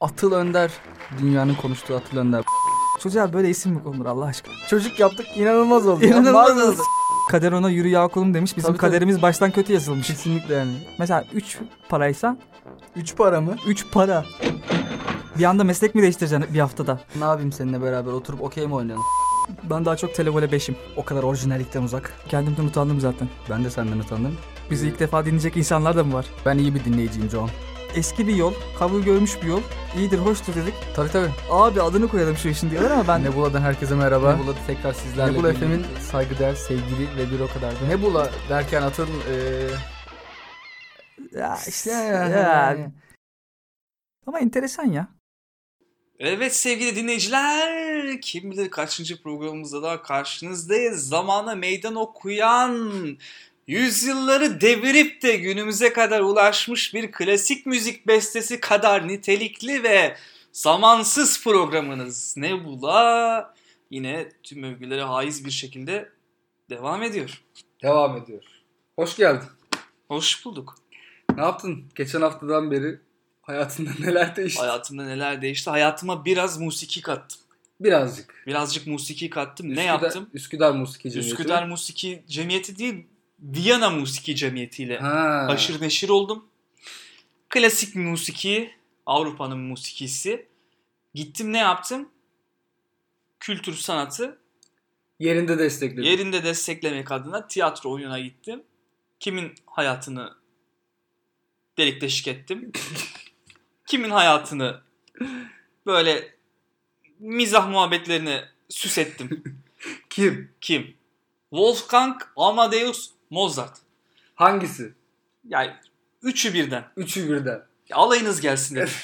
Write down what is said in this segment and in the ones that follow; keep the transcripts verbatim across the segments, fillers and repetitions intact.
Atıl Önder. Dünyanın konuştuğu Atıl Önder. Çocuğa böyle isim mi konulur Allah aşkına? Çocuk yaptık, inanılmaz oldu. İnanılmaz oldu. Kader ona yürü ya kulum demiş. Bizim Tabii, kaderimiz tabii. Baştan kötü yazılmış. Kesinlikle yani. Mesela üç paraysa. Üç para mı? Üç para. Bir anda meslek mi değiştireceksin bir haftada? Ne yapayım seninle beraber oturup okey mi oynayalım? Ben daha çok televole beşim. O kadar orijinallikten uzak. Kendimden utandım zaten. Ben de senden utandım. Bizi ilk defa dinleyecek insanlar da mı var? Ben iyi bir dinleyiciyim John. Eski bir yol, kabul görmüş bir yol. İyidir, hoştur dedik. Tabii tabii. Abi adını koyalım şu işin diyorlar ama ben... Nebula'dan herkese merhaba. Nebula'da tekrar sizlerle Nebula F M'in saygıdeğer, sevgili ve bir o kadar da. Nebula derken Atıl... Ee... Ya işte ya. ya. Ama enteresan ya. Evet sevgili dinleyiciler, kim bilir kaçıncı programımızda da karşınızdayız. Zamana meydan okuyan, yüzyılları devirip de günümüze kadar ulaşmış bir klasik müzik bestesi kadar nitelikli ve zamansız programınız Nebula yine tüm övgülere haiz bir şekilde devam ediyor. Devam ediyor. Hoş geldin. Hoş bulduk. Ne yaptın? Geçen haftadan beri hayatında neler değişti? Hayatımda neler değişti? Hayatıma biraz musiki kattım. Birazcık. Birazcık musiki kattım. Üsküdar, ne yaptım? Üsküdar Musiki Cemiyeti. Üsküdar Musiki Cemiyeti değil, Viyana Musiki Cemiyeti ile ha. haşır neşir oldum. Klasik musiki, Avrupa'nın musikisi. Gittim ne yaptım? Kültür sanatı yerinde destekledim. Yerinde desteklemek adına tiyatro oyununa gittim. Kimin hayatını delik deşik ettim. Kimin hayatını böyle mizah muhabbetlerine süs ettim. Kim? Kim? Wolfgang Amadeus Mozart. Hangisi? Yani üçü birden. Üçü birden. Ya alayınız gelsin dedim.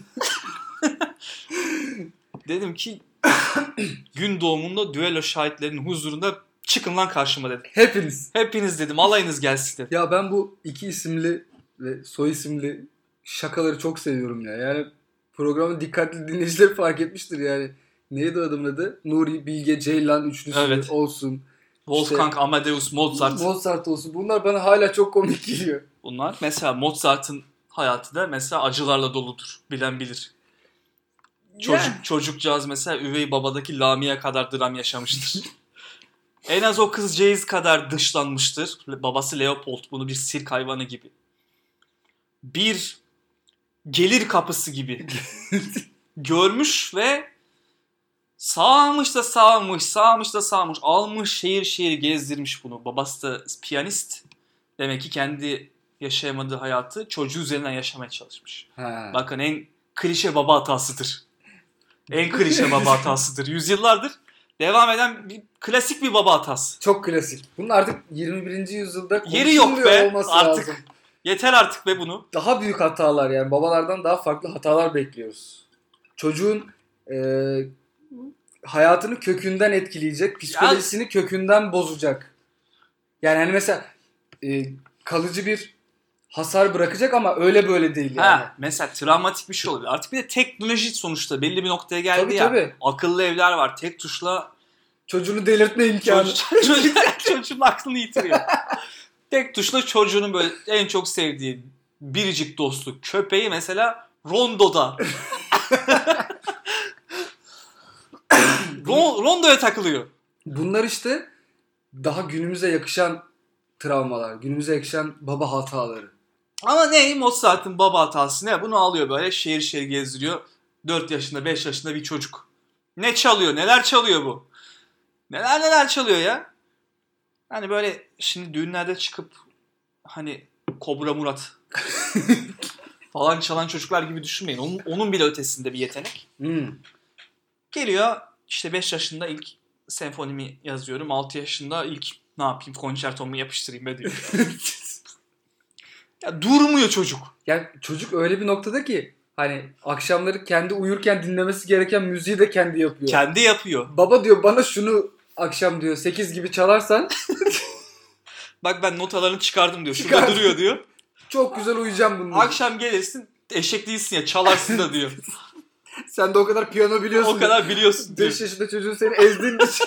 Dedim ki gün doğumunda düello şahitlerinin huzurunda çıkın lan karşıma dedim. Hepiniz. Hepiniz dedim, alayınız gelsin dedim. Ya ben bu iki isimli ve soy isimli şakaları çok seviyorum ya. Yani programın dikkatli dinleyicileri fark etmiştir yani. Neydi o adamın adı? Nuri Bilge Ceylan üçlüsü evet. olsun. Wolfgang işte, Amadeus Mozart. Mozart olsun. Bunlar bana hala çok komik geliyor. Bunlar mesela Mozart'ın hayatı da mesela acılarla doludur. Bilen bilir. Çocuk, yeah. Çocukcağız mesela üvey babadaki Lamia kadar dram yaşamıştır. En az o kızcağız kadar dışlanmıştır. Babası Leopold bunu bir sirk hayvanı gibi. Bir gelir kapısı gibi görmüş ve sağmış da sağmış, sağmış da sağmış. Almış şehir şehir gezdirmiş bunu. Babası da piyanist. Demek ki kendi yaşayamadığı hayatı çocuğu üzerinden yaşamaya çalışmış. Ha. Bakın en klişe baba hatasıdır. En klişe baba hatasıdır. Yüzyıllardır devam eden bir klasik bir baba hatası. Çok klasik. Bunun artık yirmi birinci yüzyılda yeri yok be olması artık. lazım. Yeter artık be bunu. Daha büyük hatalar yani babalardan daha farklı hatalar bekliyoruz. Çocuğun e, hayatını kökünden etkileyecek, psikolojisini ya. kökünden bozacak. Yani hani mesela e, kalıcı bir hasar bırakacak ama öyle böyle değil yani. Ha, mesela travmatik bir şey olabilir. Artık bir de teknoloji sonuçta belli bir noktaya geldi tabii, ya. Tabii. Akıllı evler var. Tek tuşla çocuğunu delirtme imkanı. Çocuk, çocuk, çocuğun aklını yitiriyor. Tek tuşla çocuğunun böyle en çok sevdiği biricik dostu köpeği mesela rondoda. Rondoya takılıyor. Bunlar işte daha günümüze yakışan travmalar, günümüze yakışan baba hataları. Ama ne? Mozart'ın baba hatası ne? Bunu alıyor böyle şehir şehir gezdiriyor. dört yaşında beş yaşında bir çocuk. Ne çalıyor? Neler çalıyor bu? Neler neler çalıyor ya? Hani böyle şimdi düğünlerde çıkıp hani Kobra Murat falan çalan çocuklar gibi düşünmeyin. Onun, onun bile ötesinde bir yetenek. Hmm. Geliyor işte beş yaşında ilk senfonimi yazıyorum. altı yaşında ilk ne yapayım konçertomu yapıştırayım be diyor. Ya durmuyor çocuk. Yani çocuk öyle bir noktada ki hani akşamları kendi uyurken dinlemesi gereken müziği de kendi yapıyor. Kendi yapıyor. Baba diyor bana şunu akşam diyor sekiz gibi çalarsan. Bak ben notalarını çıkardım diyor. Şurada Çıkardım. duruyor diyor. Çok güzel uyuyacağım bununla. Akşam gelirsin eşek değilsin ya çalarsın da diyor. Sen de o kadar piyano biliyorsun. O kadar biliyorsun diyor. beş yaşında çocuğun seni ezdiğin için.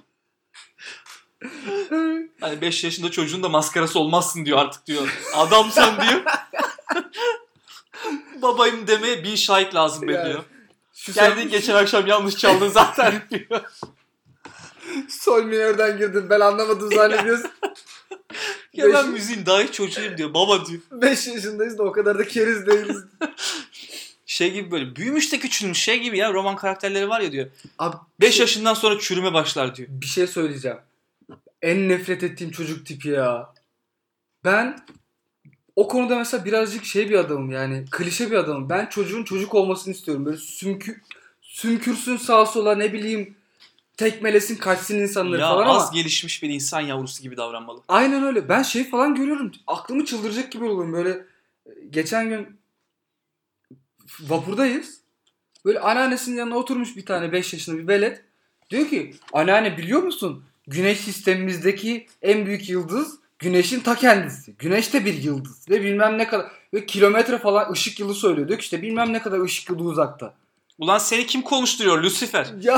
Hani beş yaşında çocuğun da maskarası olmazsın diyor artık diyor. Adamsan diyor. Babayım demeye bin şahit lazım be Yani, diyor. Şu Geldin sen- geçen akşam yanlış çaldın zaten diyor. Sol minörden girdin ben anlamadım zannediyorsun. Ya ben Beş- müziğin dahi çocuğuyum diyor. Baba diyor. beş yaşındayız da o kadar da keriz değiliz. Şey gibi böyle büyümüş de küçülmüş şey gibi ya roman karakterleri var ya diyor. Abi beş yaşından sonra çürüme başlar diyor. bir şey söyleyeceğim. En nefret ettiğim çocuk tipi ya. Ben o konuda mesela birazcık şey bir adamım yani klişe bir adamım. Ben çocuğun çocuk olmasını istiyorum. Böyle sümkü, sümkürsün sağa sola ne bileyim tekmelesin kaçsın insanları Ya falan az ama. gelişmiş bir insan yavrusu gibi davranmalı. Aynen öyle. Ben şey falan görüyorum. Aklımı çıldıracak gibi oluyorum. Böyle geçen gün vapurdayız. Böyle anneannesinin yanına oturmuş bir tane beş yaşında bir velet. Diyor ki anneanne biliyor musun? Güneş sistemimizdeki en büyük yıldız Güneş'in ta kendisi. Güneş de bir yıldız. Ve bilmem ne kadar ve kilometre falan ışık yılı söylüyor. Diyor ki işte bilmem ne kadar ışık yılı uzakta. Ulan seni kim konuşturuyor Lucifer? Ya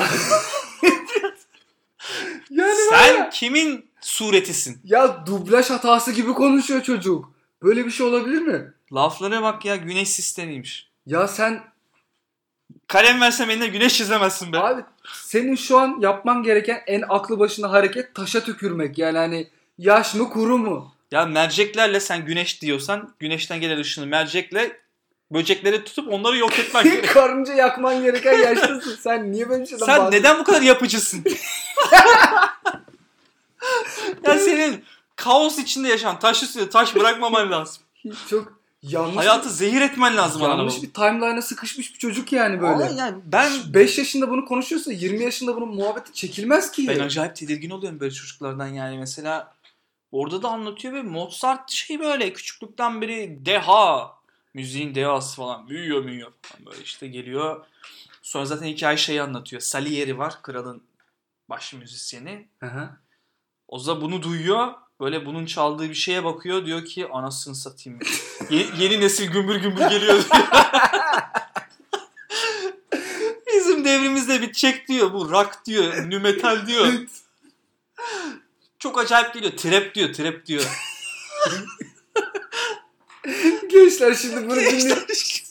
yani Sen ya. kimin suretisin? Ya dublaj hatası gibi konuşuyor çocuk. Böyle bir şey olabilir mi? Laflara bak ya güneş sistemiymiş. Ya sen Kalem versem eline güneş çizemezsin be. abi senin şu an yapman gereken en aklı başına hareket taşa tükürmek. Yani hani yaş mı kuru mu? Ya merceklerle sen güneş diyorsan güneşten gelen ışını mercekle böcekleri tutup onları yok etmen gerek. Karınca yakman gereken yaştasın. Sen niye böyle bir şeyden Sen bahsediyorsun? neden bu kadar yapıcısın? Ya senin kaos içinde yaşayan taş üstünde taş bırakmaman lazım. Çok yanlış. Hayatı zehir etmen lazım. yanlış bir timeline'a sıkışmış bir çocuk yani böyle. Ama yani ben beş yaşında bunu konuşuyorsa yirmi yaşında bunun muhabbeti çekilmez ki. ben acayip tedirgin oluyorum böyle çocuklardan yani mesela orada da anlatıyor ve Mozart şey böyle küçüklükten beri deha müziğin dehası falan büyüyor büyüyor falan böyle işte geliyor. Sonra zaten hikaye şeyi anlatıyor. Salieri var kralın baş müzisyeni. Hı hı. O da bunu duyuyor. Böyle bunun çaldığı bir şeye bakıyor. Diyor ki anasını satayım. Ye- yeni nesil gümbür gümbür geliyor diyor. Bizim devrimizde bitecek diyor. Bu rock diyor. Nu metal diyor. Çok acayip geliyor. Trap diyor. Trap diyor. Gençler şimdi bunu dinliyor.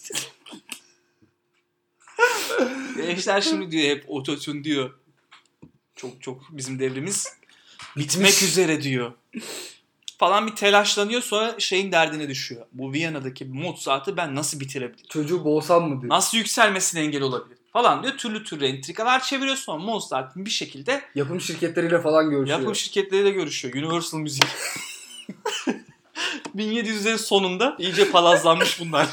Gençler şimdi diyor hep ototune diyor. Çok çok bizim devrimiz bitmek üzere diyor. Falan bir telaşlanıyor sonra şeyin derdine düşüyor. Bu Viyana'daki Mozart'ı ben nasıl bitirebilirim? Çocuğu boğsam mı diyor. Nasıl yükselmesine engel olabilir? Falan diyor. Türlü türlü entrikalar çeviriyor sonra Mozart'ın bir şekilde Yapım şirketleriyle falan görüşüyor. yapım şirketleriyle görüşüyor. Universal Music. bin yedi yüzlerin sonunda iyice palazlanmış bunlar.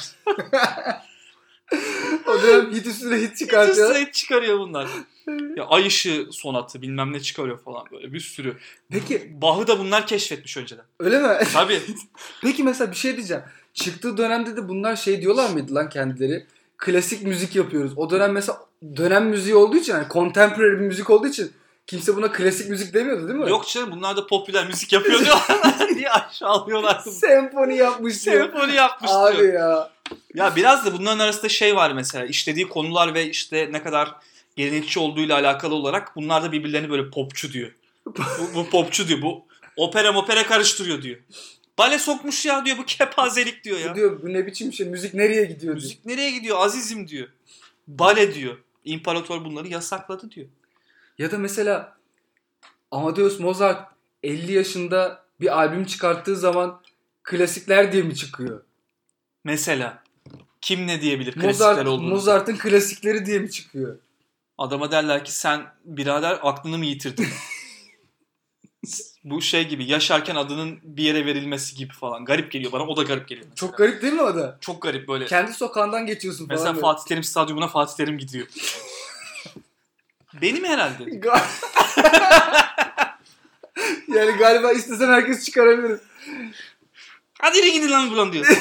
O dönem hit üstüne hit çıkartıyor. Üstüne hit çıkarıyor bunlar. Ya Ay Işığı sonatı bilmem ne çıkarıyor falan böyle bir sürü. Peki Bach'ı da bunlar keşfetmiş önceden. öyle mi? Tabii. Peki mesela bir şey diyeceğim. Çıktığı dönemde de bunlar şey diyorlar mıydı lan kendileri? Klasik müzik yapıyoruz. O dönem mesela dönem müziği olduğu için yani contemporary bir müzik olduğu için kimse buna klasik müzik demiyordu değil mi? Yok canım bunlar da popüler müzik yapıyor diyorlar diye aşağılıyorlar. Senfoni yapmış diyor. Senfoni yapmış Abi diyor. ya. Ya biraz da bunların arasında şey var mesela işlediği konular ve işte ne kadar gelenekçi olduğuyla alakalı olarak bunlar da birbirlerini böyle popçu diyor. bu, bu popçu diyor. Bu opera opera karıştırıyor diyor. Bale sokmuş ya diyor bu kepazelik diyor ya. Bu diyor bu ne biçim şey müzik nereye gidiyor diyor. Müzik nereye gidiyor azizim diyor. Bale diyor. İmparator bunları yasakladı diyor. Ya da mesela Amadeus Mozart elli yaşında bir albüm çıkarttığı zaman klasikler diye mi çıkıyor? Mesela kim ne diyebilir klasikler Mozart, olduğunu. Mozart'ın klasikleri diye mi çıkıyor? Adama derler ki sen birader aklını mı yitirdin? Bu şey gibi yaşarken adının bir yere verilmesi gibi falan. Garip geliyor bana o da garip geliyor. Mesela. Çok garip değil mi o da? Çok garip böyle. Kendi sokağından geçiyorsun falan. Mesela böyle. Fatih Terim Stadyumuna Fatih Terim gidiyor. Benim herhalde. Ga- yani galiba istesen herkes çıkarabilir. Hadi yürü gidin lan buradan diyor.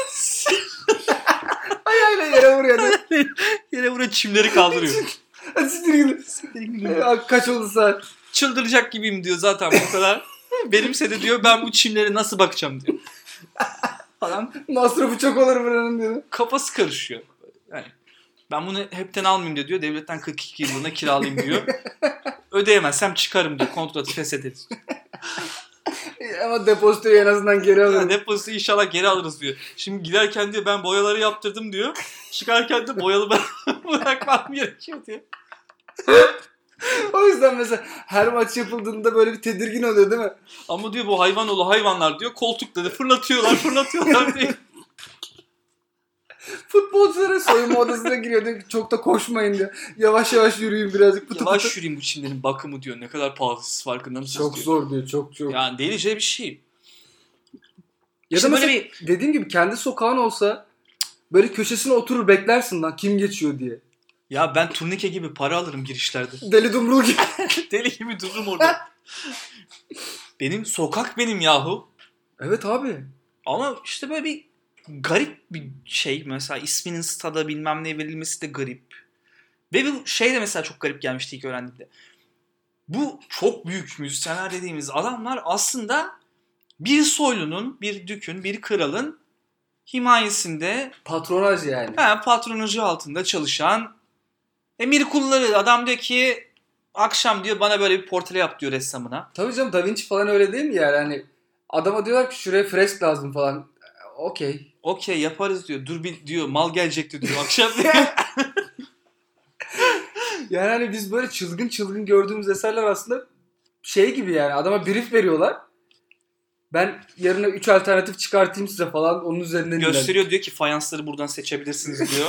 Ayağıyla yere vuruyor. Yani. Yere buraya çimleri kaldırıyor. Hadi siktir gidin. Ya, kaç oldu saat? Çıldıracak gibiyim diyor zaten bu kadar. Benimse de diyor ben bu çimlere nasıl bakacağım diyor. Falan. Masrafı çok olur buranın diyor. Kafası karışıyor. Yani ben bunu hepten almayayım diyor. Devletten kırk iki yıllığına kiralayayım diyor. Ödeyemezsem çıkarım diyor. Kontratı feshederiz. Ama depozitoyu en azından geri alırız. Depozitoyu inşallah geri alırız diyor. Şimdi giderken diyor ben boyaları yaptırdım diyor. Çıkarken de boyalı bırakmam gerekiyor diyor. O yüzden mesela her maç yapıldığında böyle bir tedirgin oluyor değil mi? Ama diyor bu hayvan oğlu hayvanlar diyor koltukları fırlatıyorlar fırlatıyorlar diyor. Futbolculara soyunma odasına giriyor diyor ki çok da koşmayın diyor. Yavaş yavaş yürüyün birazcık. Pıtı Yavaş pıtı. yürüyün bu çimlerin bakımı diyor. Ne kadar pahalı siz farkında mısınız Çok diyor. zor diyor çok çok. Yani delice bir şey. Ya işte da mesela böyle bir... dediğim gibi kendi sokağın olsa böyle köşesine oturur beklersin lan kim geçiyor diye. Ya ben turnike gibi para alırım girişlerde. Deli dumruğu gibi. Deli gibi dururum orada. Benim sokak benim yahu. Evet abi. Ama işte böyle bir garip bir şey. Mesela isminin stada bilmem ne verilmesi de garip. Ve bu şey de mesela çok garip gelmişti ilk öğrendiğimde. Bu çok büyük müzisyenler dediğimiz adamlar aslında bir soylunun, bir dükün, bir kralın himayesinde patronaj yani. He, patronajı altında çalışan emir kulları. Adam diyor ki akşam diyor bana böyle bir portre yap diyor ressamına. Tabii canım Da Vinci falan öyle değil mi yani? Hani adama diyorlar ki şuraya fresk lazım falan. Okey. Okey yaparız diyor. Dur bir diyor mal gelecekti diyor akşam diyor. Yani hani biz böyle çılgın çılgın gördüğümüz eserler aslında şey gibi yani adama brief veriyorlar. Ben yarına üç alternatif çıkartayım size falan onun üzerinden gösteriyor ilerledim. Diyor ki fayansları buradan seçebilirsiniz diyor.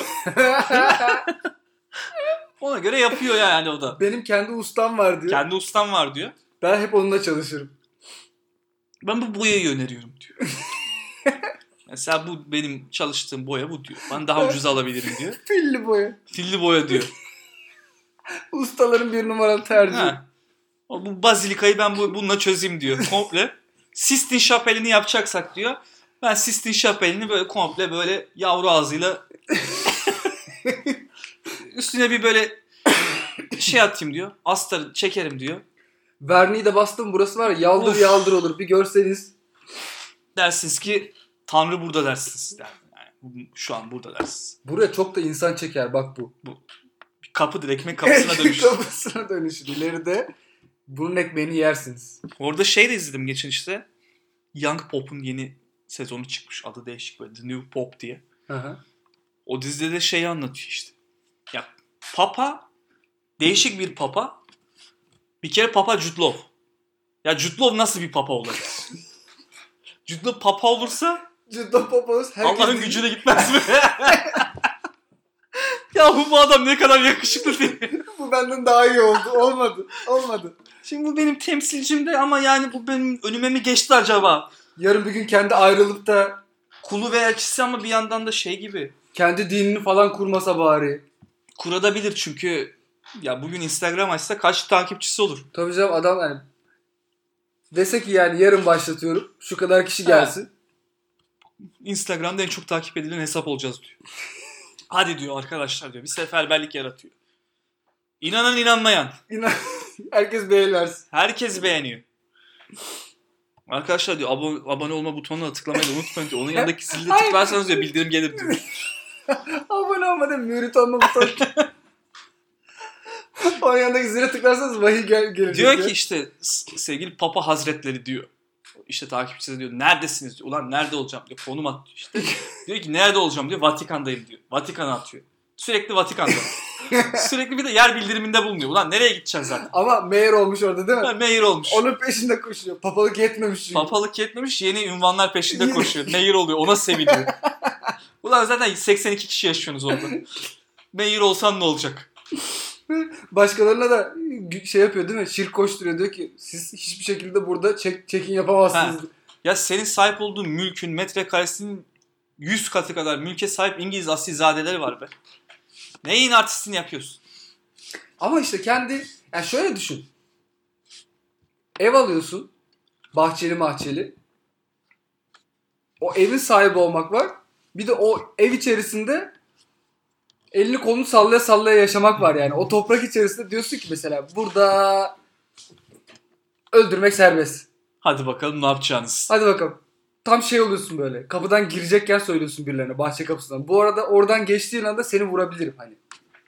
Ona göre yapıyor yani o da. Benim kendi ustam var diyor. Kendi ustam var diyor. Ben hep onunla çalışırım. Ben bu boyayı öneriyorum diyor. Mesela bu benim çalıştığım boya bu diyor. Ben daha ucuz alabilirim diyor. Filli boya. Filli boya diyor. Ustaların bir numaralı tercihi. Ha. Bu bazilikayı ben bu, bununla çözeyim diyor komple. Sistine Şapeli'ni yapacaksak diyor. Ben Sistine Şapeli'ni böyle komple böyle yavru ağzıyla üstüne bir böyle şey atayım diyor. Astarı çekerim diyor. Verniği de bastım burası var ya yaldır of. Yaldır olur bir görseniz. Dersiniz ki Tanrı burada dersiniz. Yani şu an burada dersiniz. Buraya çok da insan çeker bak bu. Bu. Bir kapıdır ekmek kapısına dönüşür. Kapısına dönüşür. İleride bunun ekmeğini yersiniz. Orada şey de izledim geçen işte. Young Pop'un yeni sezonu çıkmış. Adı değişik böyle. The New Pop diye. Hı-hı. O dizide de şeyi anlatıyor işte. Ya Papa değişik bir papa. Bir kere Papa Jude Law. Ya Jude Law nasıl bir papa olur? Jude Law papa olursa Jude Law papa olursa Allah'ın gücüne gitmez mi? Ya bu, bu adam ne kadar yakışıklı değil. Bu benden daha iyi oldu. Olmadı. Olmadı. Şimdi bu benim temsilcimde ama yani bu benim önüme mi geçti acaba? Yarın bir gün kendi ayrılıp da kulu ve elçisi ama bir yandan da şey gibi. Kendi dinini falan kurmasa bari. Kurabilir çünkü ya bugün Instagram açsa kaç takipçisi olur? Tabii canım adam yani dese ki yani yarın başlatıyorum şu kadar kişi gelsin. Ha. Instagram'da en çok takip edilen hesap olacağız diyor. Hadi diyor arkadaşlar diyor bir seferberlik yaratıyor. İnanan inanmayan. İnan Herkes beğenirsin. Herkes beğeniyor. Arkadaşlar diyor abone, abone olma butonuna tıklamayı da unutmayın diyor. Onun yanındaki zili tıklarsanız diyor bildirim gelir diyor. Abone olma değil mürit olma butonu. Onun yanındaki zile tıklarsanız vahiy gel gelecek. Diyor ki işte sevgili Papa Hazretleri diyor. İşte takipçisi diyor neredesiniz diyor. Ulan nerede olacağım diyor. Konum at diyor işte. Diyor ki nerede olacağım diyor. Vatikan'dayım diyor. Vatikan'a atıyor. Sürekli Vatikan'da. Sürekli bir de yer bildiriminde bulunuyor. Ulan nereye gideceksin zaten? Ama mayor olmuş orada değil mi? Ha, mayor olmuş. Onun peşinde koşuyor. Papalık yetmemiş çünkü. Papalık yetmemiş yeni ünvanlar peşinde koşuyor. Mayor oluyor ona seviniyor. Ulan zaten seksen iki kişi yaşıyorsunuz orada. Mayor olsan ne olacak? Başkalarına da şey yapıyor değil mi? Şirk koşturuyor diyor ki siz hiçbir şekilde burada check, check-in yapamazsınız. Ha. Ya senin sahip olduğun mülkün metrekaresinin yüz katı kadar mülke sahip İngiliz asilzadeleri var be. Neyin artistini yapıyorsun? Ama işte kendi yani şöyle düşün. Ev alıyorsun. Bahçeli mahçeli. O evin sahibi olmak var. Bir de o ev içerisinde elini kolunu sallaya sallaya yaşamak var yani. O toprak içerisinde diyorsun ki mesela burada öldürmek serbest. Hadi bakalım ne yapacağınız. Hadi bakalım. Tam şey oluyorsun böyle. Kapıdan girecekken söylüyorsun birilerine bahçe kapısından. Bu arada oradan geçtiğin anda seni vurabilirim hani.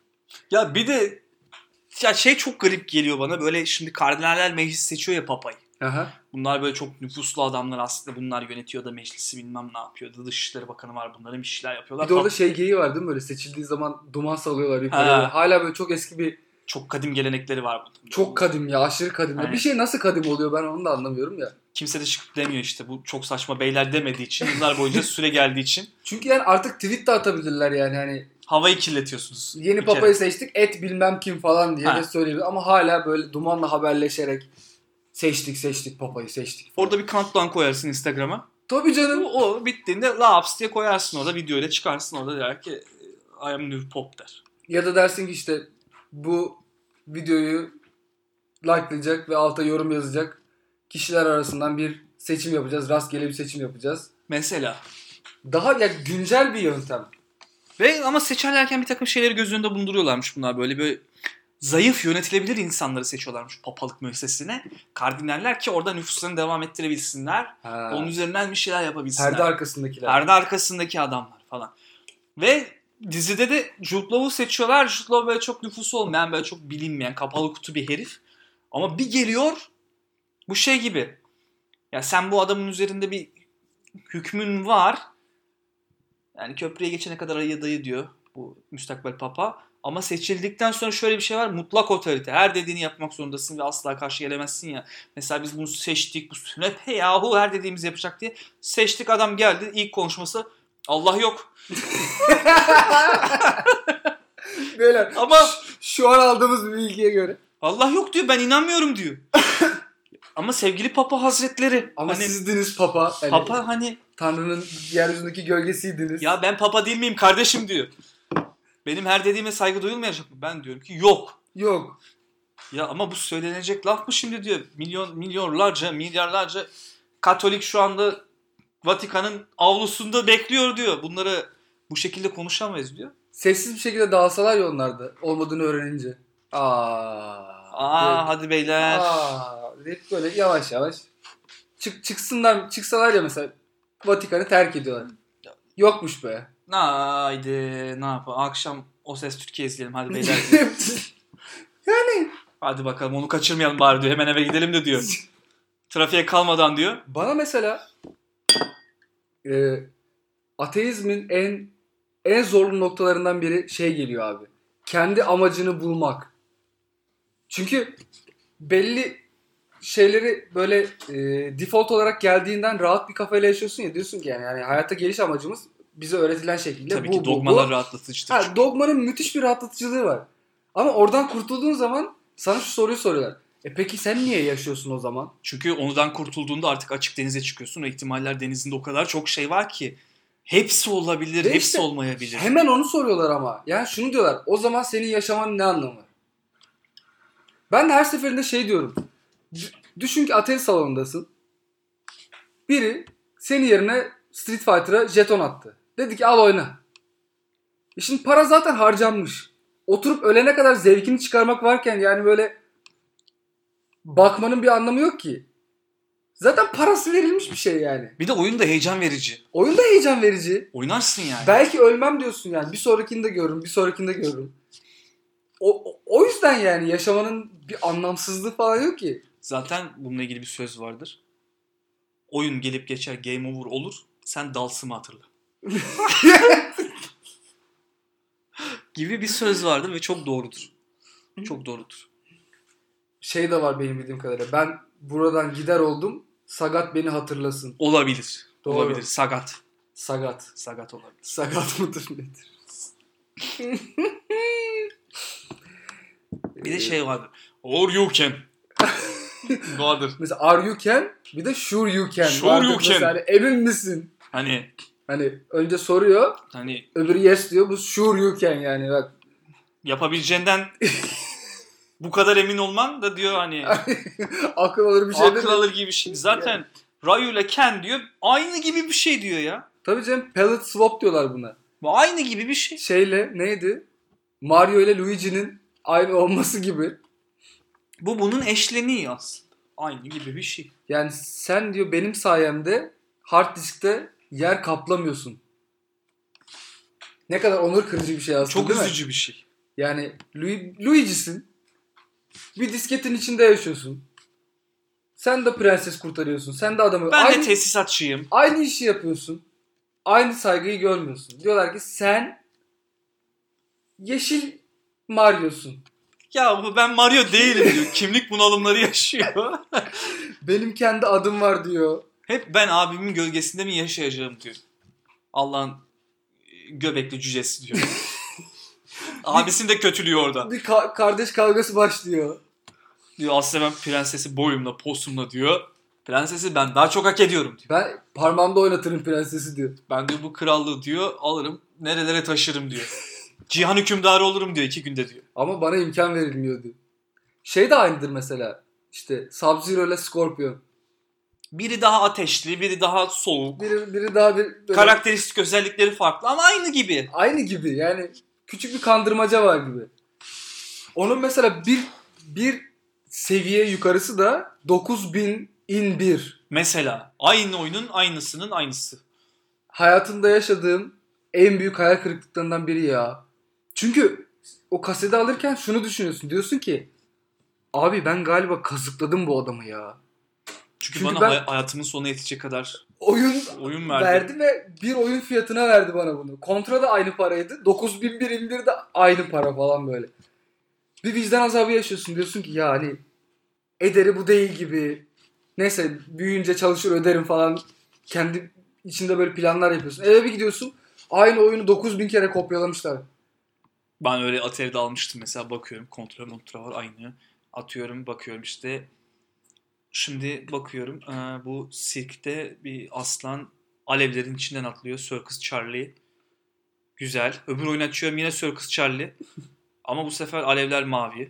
Ya bir de ya şey çok garip geliyor bana. Böyle şimdi kardinaller meclis seçiyor ya papayı. Aha. Bunlar böyle çok nüfuslu adamlar aslında. Bunlar yönetiyor da meclisi bilmem ne yapıyordu. Dışişleri Bakanı var, bunların bir şeyler yapıyorlar. Bir de orada şey geyiği var değil mi? Böyle seçildiği zaman duman salıyorlar yukarıya. Hala böyle çok eski bir... Çok kadim gelenekleri var burada. Çok kadim ya, aşırı kadim. Yani. Bir şey nasıl kadim oluyor ben onu da anlamıyorum ya. Kimse de çıkıp demiyor işte. Bu çok saçma beyler demediği için. Yıllar boyunca süre geldiği için. Çünkü yani artık tweet de atabilirler yani. Hani havayı kirletiyorsunuz. Yeni papayı seçtik, et bilmem kim falan diye ha. de söyleyebilir. Ama hala böyle dumanla haberleşerek seçtik seçtik papayı seçtik falan. Orada bir countdown koyarsın Instagram'a. Tabii canım. O, o bittiğinde laps diye koyarsın orada, videoyla çıkarsın orada, der ki I am new pop der. Ya da dersin ki işte bu videoyu likelayacak ve alta yorum yazacak kişiler arasından bir seçim yapacağız. Rastgele bir seçim yapacağız. Mesela. Daha ya güncel bir yöntem. Ve ama seçerlerken bir takım şeyleri göz önünde bulunduruyorlarmış bunlar. Böyle böyle zayıf yönetilebilir insanları seçiyorlarmış papalık müessesesine. Kardinaller ki orada nüfuslarını devam ettirebilsinler. Ha. Onun üzerinden bir şeyler yapabilsinler. Perde arkasındakiler. Perde arkasındaki adamlar falan. Ve dizide de Jude Law'u seçiyorlar. Jude Law böyle çok nüfusu olmayan, böyle çok bilinmeyen, kapalı kutu bir herif. Ama bir geliyor, bu şey gibi. Ya sen bu adamın üzerinde bir hükmün var. Yani köprüye geçene kadar ayı dayı diyor bu müstakbel papa. Ama seçildikten sonra şöyle bir şey var. Mutlak otorite. Her dediğini yapmak zorundasın ve asla karşı gelemezsin ya. Mesela biz bunu seçtik. Bu sünnet he yahu her dediğimizi yapacak diye. Seçtik, adam geldi. İlk konuşması Allah yok. Beyler ama şu an aldığımız bir bilgiye göre. Allah yok diyor, ben inanmıyorum diyor. Ama sevgili Papa Hazretleri. Ama hani, sizdiniz Papa. Hani, Papa hani. Tanrı'nın yeryüzündeki gölgesiydiniz. Ya ben Papa değil miyim kardeşim diyor. Benim her dediğime saygı duyulmayacak mı? Ben diyorum ki yok. Yok. Ya ama bu söylenecek laf mı şimdi diyor. Milyon, milyonlarca, milyarlarca Katolik şu anda Vatikan'ın avlusunda bekliyor diyor. Bunları bu şekilde konuşamayız diyor. Sessiz bir şekilde dağılsalar ya onlar da olmadığını öğrenince. Aa. Aa böyle, hadi beyler. Aa, hep böyle yavaş yavaş çık çıksınlar, çıksalar ya mesela Vatikan'ı terk ediyorlar. Yokmuş be. Haydi ne yapalım? Akşam O Ses Türkiye izleyelim hadi beyler. Yani. Hadi bakalım onu kaçırmayalım bari diyor. Hemen eve gidelim de diyor. Trafiğe kalmadan diyor. Bana mesela e, ateizmin en en zorlu noktalarından biri şey geliyor abi. Kendi amacını bulmak. Çünkü belli şeyleri böyle e, default olarak geldiğinden rahat bir kafayla yaşıyorsun ya, diyorsun ki yani, yani hayatta geliş amacımız bize öğretilen şekilde. Tabii bu, ki dogmalar bu, bu. rahatlatıcıdır. Ha, dogmanın müthiş bir rahatlatıcılığı var. Ama oradan kurtulduğun zaman sana şu soruyu soruyorlar. E peki sen niye yaşıyorsun o zaman? Çünkü ondan kurtulduğunda artık açık denize çıkıyorsun. O ihtimaller denizinde o kadar çok şey var ki. Hepsi olabilir, Ve hepsi işte, olmayabilir. Hemen onu soruyorlar ama. Yani şunu diyorlar. O zaman senin yaşamanın ne anlamı var? Ben de her seferinde şey diyorum. Düşün ki ateist salonundasın. Biri senin yerine Street Fighter'a jeton attı. Dedi ki al oyna. E şimdi para zaten harcanmış. Oturup ölene kadar zevkini çıkarmak varken yani böyle bakmanın bir anlamı yok ki. Zaten parası verilmiş bir şey yani. Bir de oyun da heyecan verici. Oyun da heyecan verici. Oynarsın yani. Belki ölmem diyorsun yani. Bir sonrakini de görürüm, bir sonrakini de görürüm. O, o yüzden yani yaşamanın bir anlamsızlığı falan yok ki. Zaten bununla ilgili bir söz vardır. Oyun gelip geçer, game over olur. Sen Dalsım'ı hatırla. gibi bir söz vardır ve çok doğrudur. Çok doğrudur. Şey de var benim bildiğim kadarıyla. Ben buradan gider oldum. Sagat beni hatırlasın. Olabilir. Doğru. Olabilir. Sagat. Sagat. Sagat olabilir. Sagat mıdır nedir? Bir de şey vardır. Or you can. Vardır. Mesela are you can, bir de sure you can. Sure vardır. you can. Mesela emin misin? Hani hani önce soruyor. Hani öbürü yes diyor. Bu sure you can yani bak. Yapabileceğinden bu kadar emin olman da diyor hani akıl alır bir şey akıl alır gibi bir şey. Zaten Ryu ile Ken diyor aynı gibi bir şey diyor ya. Tabii canım, palette swap diyorlar buna. Bu aynı gibi bir şey. Şeyle neydi? Mario ile Luigi'nin aynı olması gibi. Bu bunun eşleniği aslında. Aynı gibi bir şey. Yani sen diyor benim sayemde hard diskte yer kaplamıyorsun. Ne kadar onur kırıcı bir şey aslında. Çok değil üzücü mi? bir şey. Yani Luigi'sin. Bir disketin içinde yaşıyorsun. Sen de prenses kurtarıyorsun. Sen de adamı... Ben aynı, de tesisatçıyım. Aynı işi yapıyorsun. Aynı saygıyı görmüyorsun. Diyorlar ki sen yeşil Mario'sun. Ya ben Mario değilim diyor. Kimlik bunalımları yaşıyor. Benim kendi adım var diyor. Hep ben abimin gölgesinde mi yaşayacağım diyor. Allah'ın göbekli cücesi diyor. Abisini de kötülüyor orada. Bir ka- kardeş kavgası başlıyor. Diyor aslında ben prensesi boyumla posumla diyor. Prensesi ben daha çok hak ediyorum diyor. Ben parmağımda oynatırım prensesi diyor. Ben diyor bu krallığı diyor alırım nerelere taşırım diyor. Cihan hükümdarı olurum diyor iki günde diyor. Ama bana imkan verilmiyor diyor. Şey de aynıdır mesela. İşte Sub-Zero ile Scorpion. Biri daha ateşli, biri daha soğuk. Biri, biri daha bir... Böyle... Karakteristik özellikleri farklı ama aynı gibi. Aynı gibi yani. Küçük bir kandırmaca var gibi. Onun mesela bir bir seviye yukarısı da dokuz bin in bir. Mesela aynı oyunun aynısının aynısı. Hayatımda yaşadığım en büyük hayal kırıklıklarından biri ya. Çünkü o kaseti alırken şunu düşünüyorsun. Diyorsun ki abi ben galiba kazıkladım bu adamı ya. Çünkü, Çünkü bana ben hay- hayatımın sonuna yetecek kadar oyun, oyun verdi. verdi ve bir oyun fiyatına verdi bana bunu. Kontra da aynı paraydı. dokuz bin bir in bir de aynı para falan böyle. Bir vicdan azabı yaşıyorsun. Diyorsun ki ya hani ederi bu değil gibi. Neyse büyüyünce çalışır öderim falan. Kendi içinde böyle planlar yapıyorsun. Eve bir gidiyorsun. Aynı oyunu dokuz bin kere kopyalamışlar. Ben öyle Atari'de almıştım mesela bakıyorum kontrol montra var aynı. Atıyorum bakıyorum işte. Şimdi bakıyorum ee, bu sirkte bir aslan alevlerin içinden atlıyor. Circus Charlie. Güzel. Öbür oyunu açıyorum yine Circus Charlie. Ama bu sefer alevler mavi.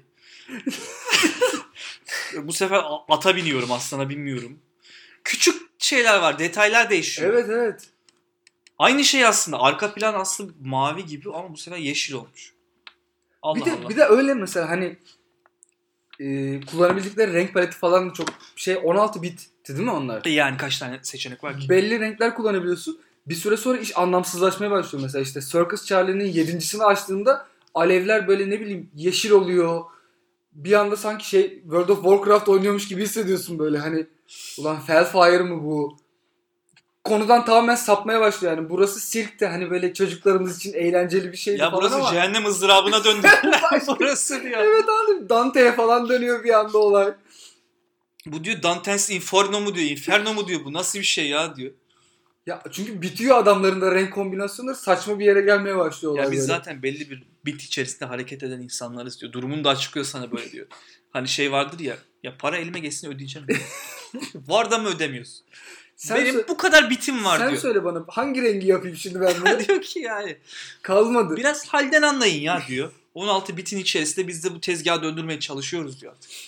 Bu sefer ata biniyorum aslana binmiyorum. Küçük şeyler var detaylar değişiyor. Evet evet. Aynı şey aslında. Arka plan aslında mavi gibi ama bu sefer yeşil olmuş. Allah bir de Allah. bir de öyle mesela hani e, kullanabildikleri renk paleti falan da çok şey on altı bitti değil mi onlar? Yani kaç tane seçenek var ki? Belli renkler kullanabiliyorsun. Bir süre sonra iş anlamsızlaşmaya başlıyor mesela işte Circus Charlie'nin yedincisini açtığında alevler böyle ne bileyim yeşil oluyor. Bir anda sanki şey World of Warcraft oynuyormuş gibi hissediyorsun böyle hani ulan Hellfire mı bu? Konudan tamamen sapmaya başlıyor yani. Burası sirk de hani böyle çocuklarımız için eğlenceli bir şeydi ya falan burası ama. cehennem ızdırabına döndü. Burası diyor. Evet abi Dante'ye falan dönüyor bir anda olay. Bu diyor Dante's Inferno mu diyor, Inferno mu diyor. Bu nasıl bir şey ya diyor. Ya çünkü bitiyor adamların da renk kombinasyonları saçma bir yere gelmeye başlıyor olay Ya biz böyle. zaten belli bir bit içerisinde hareket eden insanlarız diyor. Durumunu da açıklıyor sana böyle diyor. Hani şey vardır ya, ya para elime geçsin ödeyeceğim. Var da mı ödemiyorsun? Sen Benim sö- bu kadar bitim var Sen diyor. söyle bana hangi rengi yapayım şimdi ben bunu? Diyor ki yani. Kalmadı. Biraz halden anlayın ya diyor. on altı bitin içerisinde biz de bu tezgahı döndürmeye çalışıyoruz diyor artık.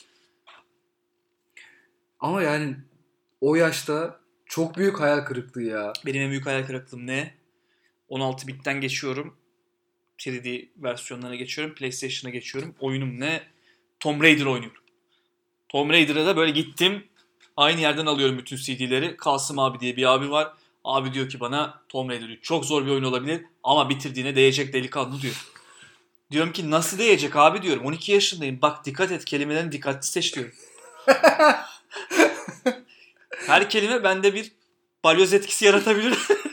Ama yani o yaşta çok büyük hayal kırıklığı ya. Benim en büyük hayal kırıklığım ne? on altı bitten geçiyorum. üç D versiyonlarına geçiyorum. PlayStation'a geçiyorum. Oyunum ne? Tomb Raider oynuyorum. Tomb Raider'a da böyle gittim. Aynı yerden alıyorum bütün C D'leri. Kasım abi diye bir abi var. Abi diyor ki bana Tomb Raider üç çok zor bir oyun olabilir ama bitirdiğine değecek delikanlı diyor. Diyorum ki nasıl değecek abi diyorum. on iki yaşındayım. Bak dikkat et kelimelerini dikkatli seç diyorum. Her kelime bende bir balyoz etkisi yaratabilir.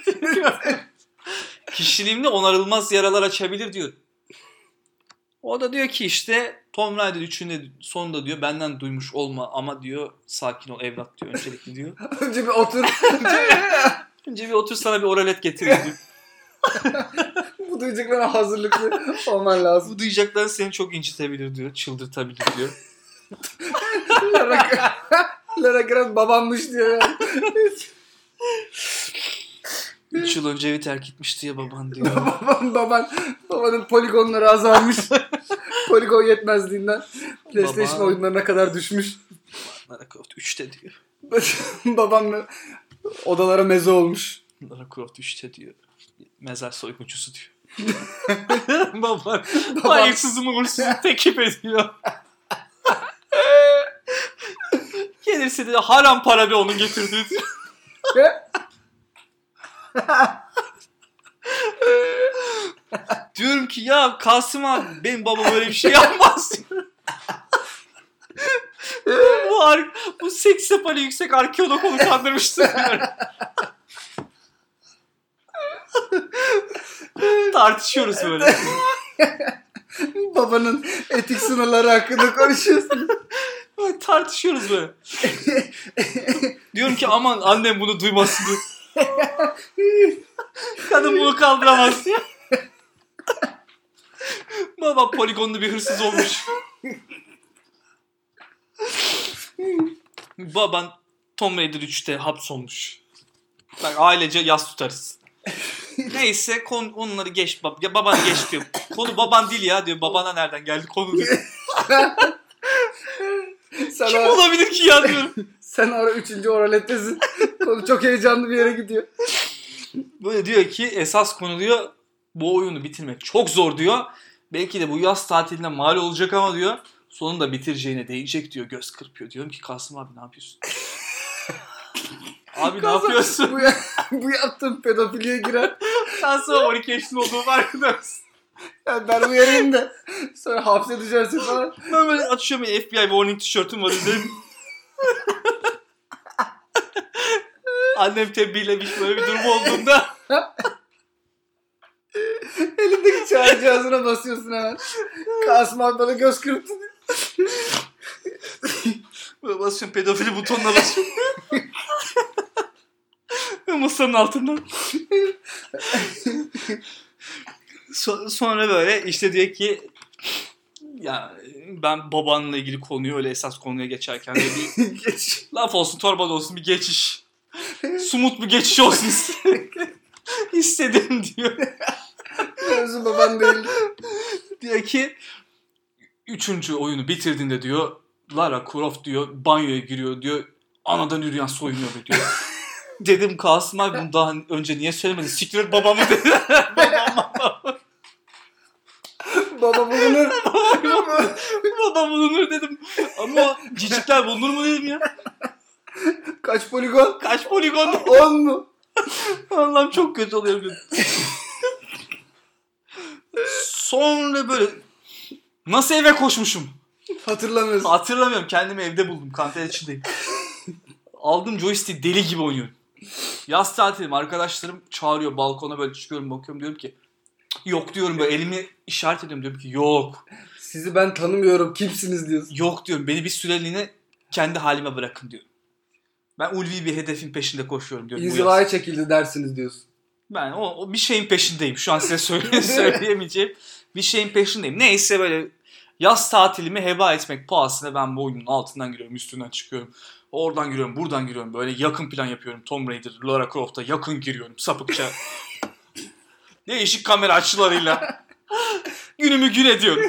Kişiliğimde onarılmaz yaralar açabilir diyor. O da diyor ki işte Tomb Raider üçün de sonunda diyor benden duymuş olma ama diyor sakin ol evlat diyor öncelikle diyor. Önce bir otur. Önce bir otur sana bir oralet getireyim diyor. Bu duyacaklarına hazırlıklı olman lazım. Bu duyacakların seni çok incitebilir diyor. Çıldırtabilir diyor. Lara, Lara Croft babammış diyor. üç yıl önce evi terk etmişti ya baban diyor. baban, baban, babanın poligonları azalmış. Poligon yetmezliğinden PlayStation Baba. oyunlarına kadar düşmüş. Lara Croft üçte diyor. Babam odalara meze olmuş. Lara Croft üçte diyor. Mezar soyguncusu diyor. Baban hayırsızım uğursuzum tekip ediyor. Gelirse de haram para bir onun getirdiği diyor. Diyorum ki ya Kasım abi benim babam öyle bir şey yapmaz diyor. Bu bu, ar- bu seks sepali yüksek arkeolog onu kandırmıştır. Tartışıyoruz böyle. Babanın etik sınırları hakkında konuşuyorsunuz. Tartışıyoruz böyle. Diyorum ki aman annem bunu duymasın diyor. Kadın bunu kaldıramaz diyor. Baba poligonlu bir hırsız olmuş. Baban Tomb Raider üçte hapsolmuş. Bak ailece yas tutarız. Neyse konu, onları geç. Bab- ya baban geç diyor. Konu baban değil ya diyor. Babana nereden geldi konu diyor. Sen Kim o, olabilir ki ya diyorum. sen ara üçüncü oralettesin. Konu çok heyecanlı bir yere gidiyor. Böyle diyor ki esas konu diyor bu oyunu bitirmek çok zor diyor. Belki de bu yaz tatiline mal olacak ama diyor sonunda bitireceğine değecek diyor. Göz kırpıyor. Diyorum ki Kasım abi ne yapıyorsun? Abi ne yapıyorsun? Bu, ya- bu yaptığın pedofiliye girer. Kasım on iki yaşında olduğunu farkında mısın? Yani ben uyarayım da sonra hapse düşersin falan. Ben böyle açıyorum F B I warning tişörtüm var üzerinde. Annem tembihlemiş böyle bir durum olduğunda. Elindeki çağrı cihazına basıyorsun hemen. Kasım abi bana göz kırptı. Böyle basıyorum pedofili butonuna basıyorum. Masanın altından. So- sonra böyle işte diyor ki ya ben babanla ilgili konuyu öyle esas konuya geçerken de bir Geç. laf olsun torba da olsun bir geçiş. Sumut bir geçiş olsun istedim diyor. Mevzu baban değil. Diyor ki üçüncü oyunu bitirdiğinde diyor Lara Croft diyor banyoya giriyor diyor anadan yürüyen soyunuyor diyor. Dedim Kasım abi bunu daha önce niye söylemedin? Siktir et babamı dedi. Babam babam. Baba bulunur. Baba bulunur dedim. Ama o cicikler bulunur mu dedim ya. Kaç poligon? Kaç poligon? on mu? Allah'ım çok kötü oluyor dedim. Sonra böyle nasıl eve koşmuşum? Hatırlamıyorsun. Hatırlamıyorum. Kendimi evde buldum. Kanter içindeyim. Aldım joystick deli gibi oynuyorum. Yaz tatilim. Arkadaşlarım çağırıyor. Balkona böyle çıkıyorum bakıyorum. Diyorum ki yok diyorum böyle elimi işaret ediyorum. Diyorum ki yok. Sizi ben tanımıyorum. Kimsiniz diyorsun. Yok diyorum. Beni bir süreliğine kendi halime bırakın diyorum. Ben ulvi bir hedefin peşinde koşuyorum diyorum. İnzivaya çekildi dersiniz diyorsun. Ben o, o bir şeyin peşindeyim. Şu an size söyle, söyleyemeyeceğim. Bir şeyin peşindeyim. Neyse böyle yaz tatilimi heba etmek pahasına ben bu oyunun altından giriyorum, üstünden çıkıyorum. Oradan giriyorum, buradan giriyorum. Böyle yakın plan yapıyorum. Tomb Raider, Lara Croft'a yakın giriyorum. Sapıkça. Değişik kamera açılarıyla. Günümü gün ediyorum.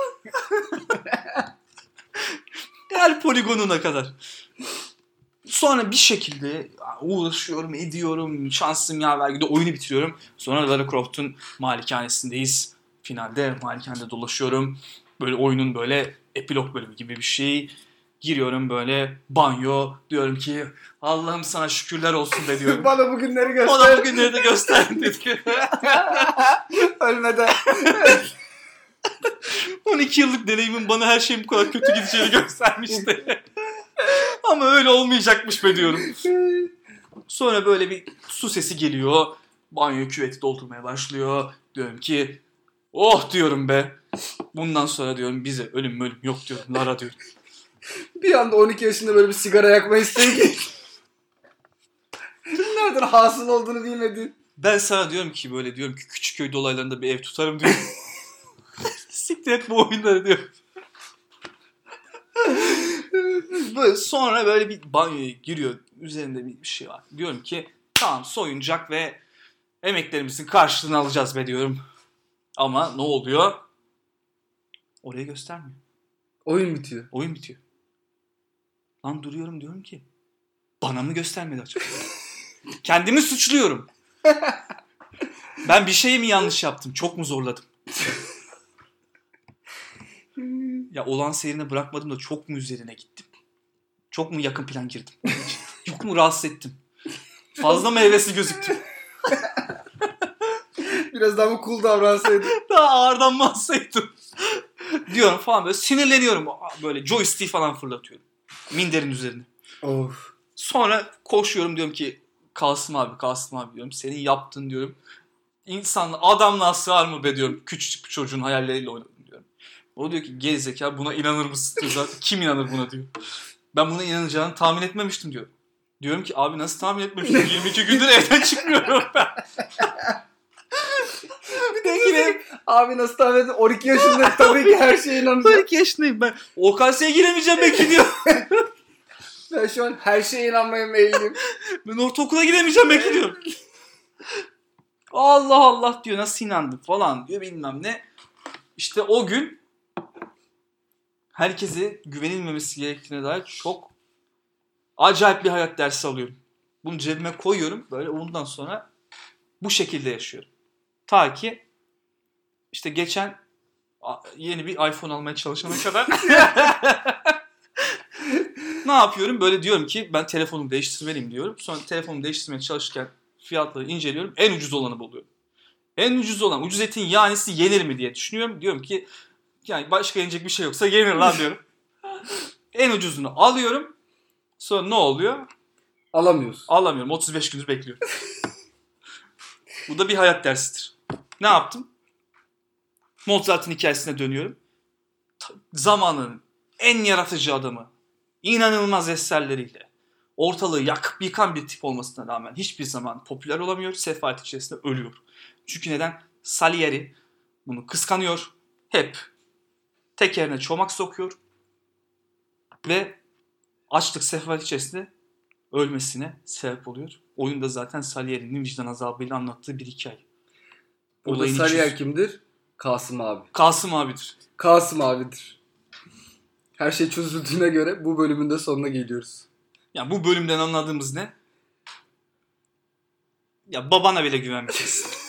Her poligonuna kadar. Sonra bir şekilde uğraşıyorum, ediyorum. Şansım yaver gidiyor. Oyunu bitiriyorum. Sonra Lara Croft'un malikanesindeyiz. Finalde malikanede dolaşıyorum. Böyle oyunun böyle epilog bölümü gibi bir şey. Giriyorum böyle banyo. Diyorum ki Allah'ım sana şükürler olsun be diyorum. Bana bugünleri göster. Bana bugünleri de göster dedi. Ölmeden. on iki yıllık deneyimin bana her şeyin bu kadar kötü gideceğini göstermişti. Ama öyle olmayacakmış be diyorum. Sonra böyle bir su sesi geliyor. Banyo küveti doldurmaya başlıyor. Diyorum ki oh diyorum be. Bundan sonra diyorum bize ölüm ölüm yok diyorum Lara diyorum. Bir anda on iki yaşında böyle bir sigara yakma isteği geliyor. Nereden hasıl olduğunu bilmedin. Ben sana diyorum ki böyle diyorum ki Küçükköy dolaylarında bir ev tutarım diyorum. Siktir et bu oyunları diyorum. Böyle sonra böyle bir banyoya giriyor. Üzerinde bir şey var. Diyorum ki tamam soyunacak ve emeklerimizin karşılığını alacağız be diyorum. Ama ne oluyor? Orayı göstermiyor. Oyun bitiyor. Oyun bitiyor. Lan duruyorum diyorum ki bana mı göstermedi acaba? Kendimi suçluyorum. Ben bir şey mi yanlış yaptım? Çok mu zorladım? Ya olan seyrine bırakmadım da çok mu üzerine gittim? Çok mu yakın plan girdim? Çok mu rahatsız ettim? Fazla mı hevesli gözüktüm? Biraz daha mı cool davransaydın? Daha ağırdan mı alsaydım? Diyorum falan böyle sinirleniyorum. Böyle joystick falan fırlatıyorum. Minderin üzerine. Of. Sonra koşuyorum diyorum ki Kasım abi Kasım abi diyorum. Senin yaptığın diyorum. İnsan adamlığa sığar mı be diyorum. Küçücük bir çocuğun hayalleriyle oynadım diyorum. O diyor ki gerizekalı buna inanır mısın diyor zaten. Kim inanır buna diyor. Ben buna inanacağını tahmin etmemiştim diyor. Diyorum ki abi nasıl tahmin etmemiştim? yirmi iki gündür evden çıkmıyorum ben. Bir de yine abi nasıl tahmin ettin? on iki yaşındayım tabii ki her şeye inanacağım. on iki yaşındayım ben. O K S'ye giremeyeceğim belki diyor. Ben şu an her şeye inanmaya meyilliyim. Ben ortaokula giremeyeceğim belki diyor. Allah Allah diyor nasıl inandın falan diyor bilmem ne. İşte o gün herkese güvenilmemesi gerektiğine dair çok acayip bir hayat dersi alıyorum. Bunu cebime koyuyorum böyle ondan sonra bu şekilde yaşıyorum. Ta ki işte geçen yeni bir iPhone almaya çalışana kadar ne yapıyorum? Böyle diyorum ki ben telefonumu değiştirmeliyim diyorum. Sonra telefonumu değiştirmeye çalışırken fiyatları inceliyorum. En ucuz olanı buluyorum. En ucuz olan, ucuz etin yanisi yenir mi diye düşünüyorum. Diyorum ki yani başka yenecek bir şey yoksa yenir lan diyorum. En ucuzunu alıyorum. Sonra ne oluyor? Alamıyorsun. Alamıyorum. otuz beş gündür bekliyorum. Bu da bir hayat dersidir. Ne yaptım? Mozart'ın hikayesine dönüyorum. Zamanın en yaratıcı adamı, inanılmaz eserleriyle ortalığı yakıp yıkan bir tip olmasına rağmen hiçbir zaman popüler olamıyor. Sefalet içerisinde ölüyor. Çünkü neden? Salieri bunu kıskanıyor. Hep tekerine çomak sokuyor. Ve açlık sefalet içerisinde ölmesine sebep oluyor. Oyunda zaten Salieri'nin vicdan azabıyla anlattığı bir hikaye. Burada Salieri kimdir? Kasım abi. Kasım abidir. Kasım abidir. Her şey çözüldüğüne göre bu bölümün de sonuna geliyoruz. Ya bu bölümden anladığımız ne? Ya babana bile güvenmeyeceksin.